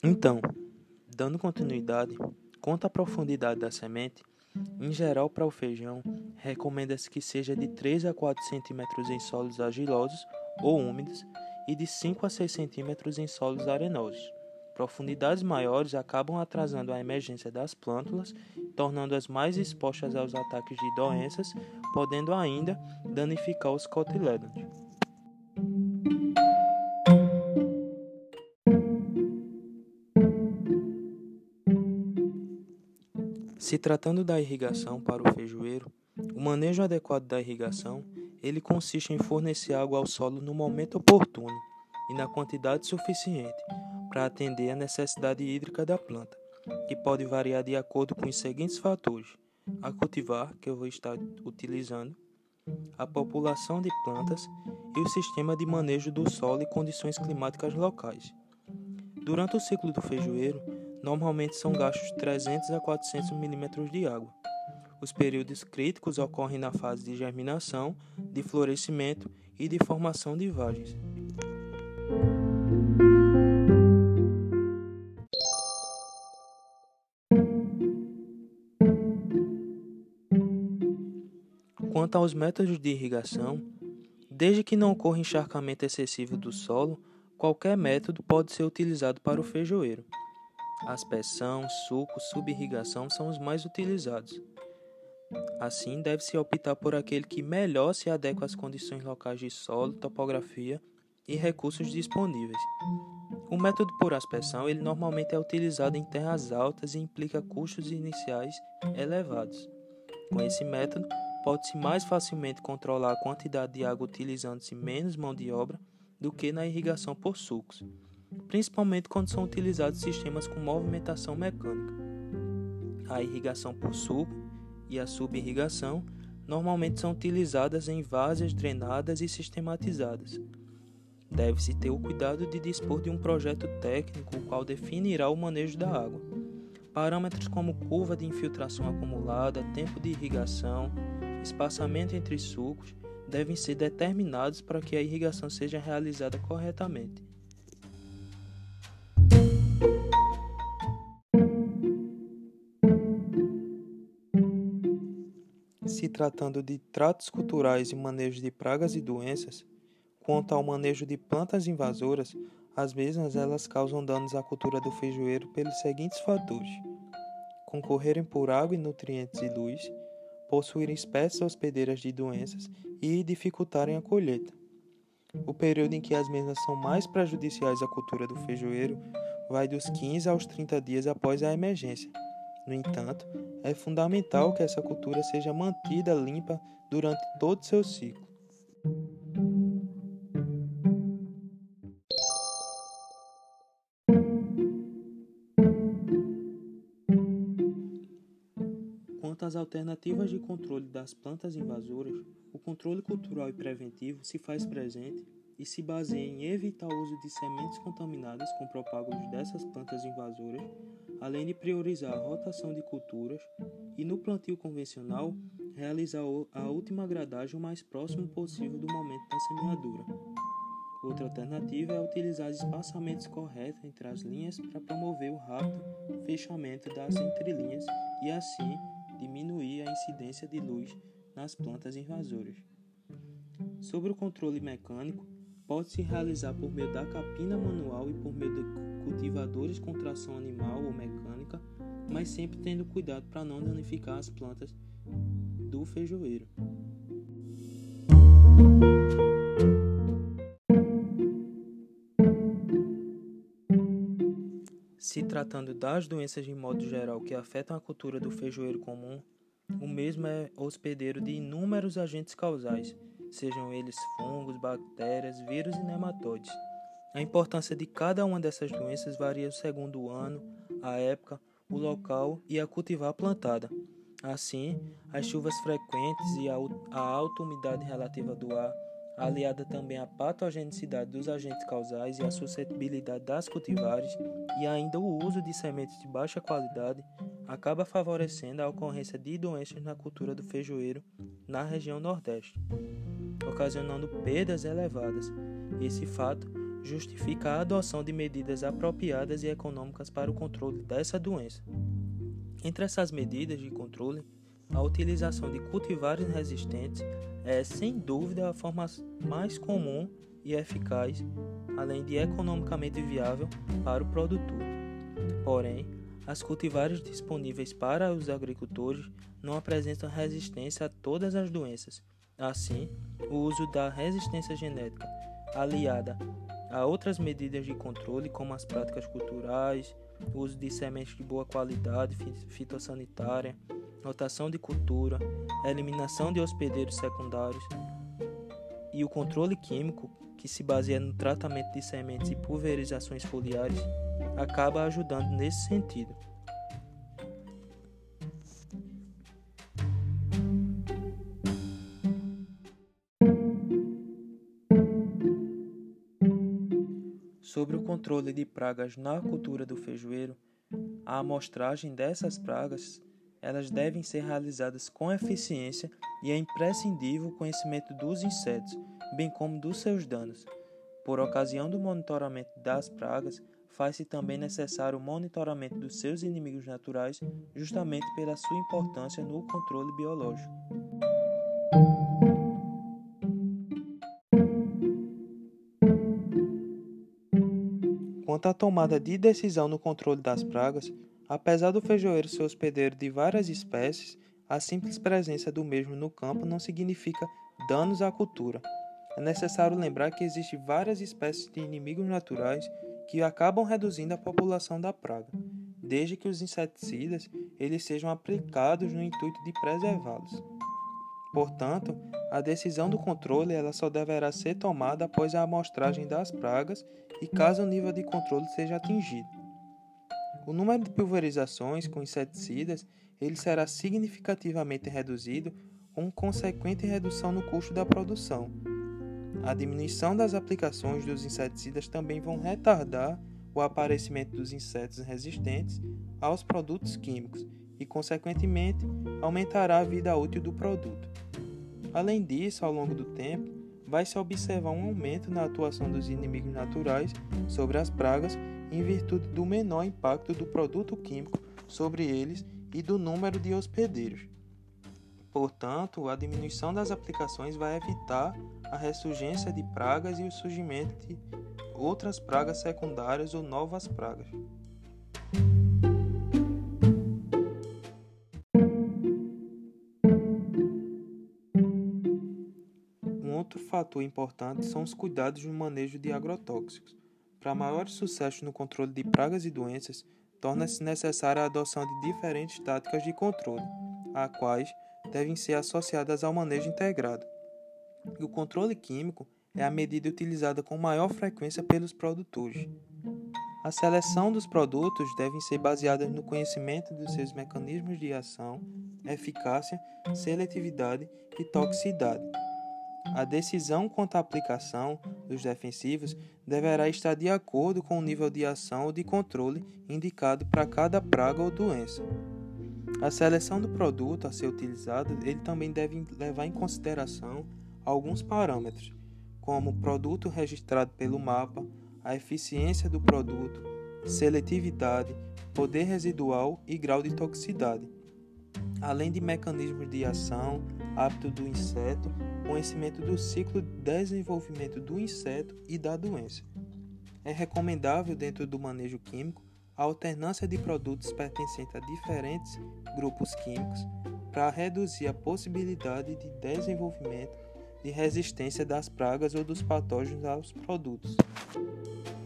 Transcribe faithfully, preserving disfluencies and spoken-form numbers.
Então, dando continuidade, quanto à profundidade da semente, em geral para o feijão, recomenda-se que seja de três a quatro centímetros em solos argilosos ou úmidos e de cinco a seis centímetros em solos arenosos. Profundidades maiores acabam atrasando a emergência das plântulas, tornando-as mais expostas aos ataques de doenças, podendo ainda danificar os cotilédonos. Se tratando da irrigação para o feijoeiro, o manejo adequado da irrigação, ele consiste em fornecer água ao solo no momento oportuno e na quantidade suficiente para atender à necessidade hídrica da planta, que pode variar de acordo com os seguintes fatores: a cultivar, que eu vou estar utilizando, a população de plantas e o sistema de manejo do solo e condições climáticas locais. Durante o ciclo do feijoeiro, normalmente são gastos trezentos a quatrocentos milímetros de água. Os períodos críticos ocorrem na fase de germinação, de florescimento e de formação de vagens. Quanto aos métodos de irrigação, desde que não ocorra encharcamento excessivo do solo, qualquer método pode ser utilizado para o feijoeiro. Aspersão, suco, subirrigação são os mais utilizados. Assim, deve-se optar por aquele que melhor se adequa às condições locais de solo, topografia e recursos disponíveis. O método por aspersão ele normalmente é utilizado em terras altas e implica custos iniciais elevados. Com esse método, pode-se mais facilmente controlar a quantidade de água utilizando-se menos mão de obra do que na irrigação por sucos, principalmente quando são utilizados sistemas com movimentação mecânica. A irrigação por suco e a subirrigação normalmente são utilizadas em várzeas drenadas e sistematizadas. Deve-se ter o cuidado de dispor de um projeto técnico o qual definirá o manejo da água. Parâmetros como curva de infiltração acumulada, tempo de irrigação, espaçamento entre sucos devem ser determinados para que a irrigação seja realizada corretamente. Se tratando de tratos culturais e manejo de pragas e doenças, quanto ao manejo de plantas invasoras, as mesmas elas causam danos à cultura do feijoeiro pelos seguintes fatores: concorrerem por água e nutrientes e luz, possuírem espécies hospedeiras de doenças e dificultarem a colheita. O período em que as mesmas são mais prejudiciais à cultura do feijoeiro vai dos quinze aos trinta dias após a emergência. No entanto, é fundamental que essa cultura seja mantida limpa durante todo o seu ciclo. Quanto às alternativas de controle das plantas invasoras, o controle cultural e preventivo se faz presente e se baseia em evitar o uso de sementes contaminadas com propágulos dessas plantas invasoras, além de priorizar a rotação de culturas e, no plantio convencional, realizar a última gradagem o mais próximo possível do momento da semeadura. Outra alternativa é utilizar espaçamentos corretos entre as linhas para promover o rápido fechamento das entrelinhas e, assim, diminuir a incidência de luz nas plantas invasoras. Sobre o controle mecânico, pode-se realizar por meio da capina manual e por meio de cultivadores com tração animal ou mecânica, mas sempre tendo cuidado para não danificar as plantas do feijoeiro. Se tratando das doenças de modo geral que afetam a cultura do feijoeiro comum, o mesmo é hospedeiro de inúmeros agentes causais, sejam eles fungos, bactérias, vírus e nematóides. A importância de cada uma dessas doenças varia segundo o ano, a época, o local e a cultivar plantada. Assim, as chuvas frequentes e a alta umidade relativa do ar, aliada também à patogenicidade dos agentes causais e à suscetibilidade das cultivares, e ainda o uso de sementes de baixa qualidade, acaba favorecendo a ocorrência de doenças na cultura do feijoeiro na região Nordeste, ocasionando perdas elevadas. Esse fato justifica a adoção de medidas apropriadas e econômicas para o controle dessa doença. Entre essas medidas de controle, a utilização de cultivares resistentes é, sem dúvida, a forma mais comum e eficaz, além de economicamente viável para o produtor. Porém, as cultivares disponíveis para os agricultores não apresentam resistência a todas as doenças. Assim, o uso da resistência genética, aliada a outras medidas de controle, como as práticas culturais, o uso de sementes de boa qualidade fitossanitária, rotação de cultura, a eliminação de hospedeiros secundários e o controle químico, que se baseia no tratamento de sementes e pulverizações foliares, acaba ajudando nesse sentido. Sobre o controle de pragas na cultura do feijoeiro, a amostragem dessas pragas elas devem ser realizadas com eficiência e é imprescindível o conhecimento dos insetos, bem como dos seus danos. Por ocasião do monitoramento das pragas, faz-se também necessário o monitoramento dos seus inimigos naturais, justamente pela sua importância no controle biológico. Quanto à tomada de decisão no controle das pragas, apesar do feijoeiro ser hospedeiro de várias espécies, a simples presença do mesmo no campo não significa danos à cultura. É necessário lembrar que existem várias espécies de inimigos naturais que acabam reduzindo a população da praga, desde que os inseticidas eles sejam aplicados no intuito de preservá-los. Portanto, a decisão do controle ela só deverá ser tomada após a amostragem das pragas e caso o nível de controle seja atingido. O número de pulverizações com inseticidas ele será significativamente reduzido, com consequente redução no custo da produção. A diminuição das aplicações dos inseticidas também vão retardar o aparecimento dos insetos resistentes aos produtos químicos e, consequentemente, aumentará a vida útil do produto. Além disso, ao longo do tempo, vai-se observar um aumento na atuação dos inimigos naturais sobre as pragas em virtude do menor impacto do produto químico sobre eles e do número de hospedeiros. Portanto, a diminuição das aplicações vai evitar a ressurgência de pragas e o surgimento de outras pragas secundárias ou novas pragas. Um outro fator importante são os cuidados no manejo de agrotóxicos. Para maior sucesso no controle de pragas e doenças, torna-se necessária a adoção de diferentes táticas de controle, a quais devem ser associadas ao manejo integrado. O controle químico é a medida utilizada com maior frequência pelos produtores. A seleção dos produtos deve ser baseada no conhecimento dos seus mecanismos de ação, eficácia, seletividade e toxicidade. A decisão quanto à aplicação dos defensivos deverá estar de acordo com o nível de ação ou de controle indicado para cada praga ou doença. A seleção do produto a ser utilizado ele também deve levar em consideração alguns parâmetros, como o produto registrado pelo mapa, a eficiência do produto, seletividade, poder residual e grau de toxicidade, além de mecanismos de ação, hábito do inseto, conhecimento do ciclo de desenvolvimento do inseto e da doença. É recomendável, dentro do manejo químico, a alternância de produtos pertencentes a diferentes grupos químicos para reduzir a possibilidade de desenvolvimento de resistência das pragas ou dos patógenos aos produtos.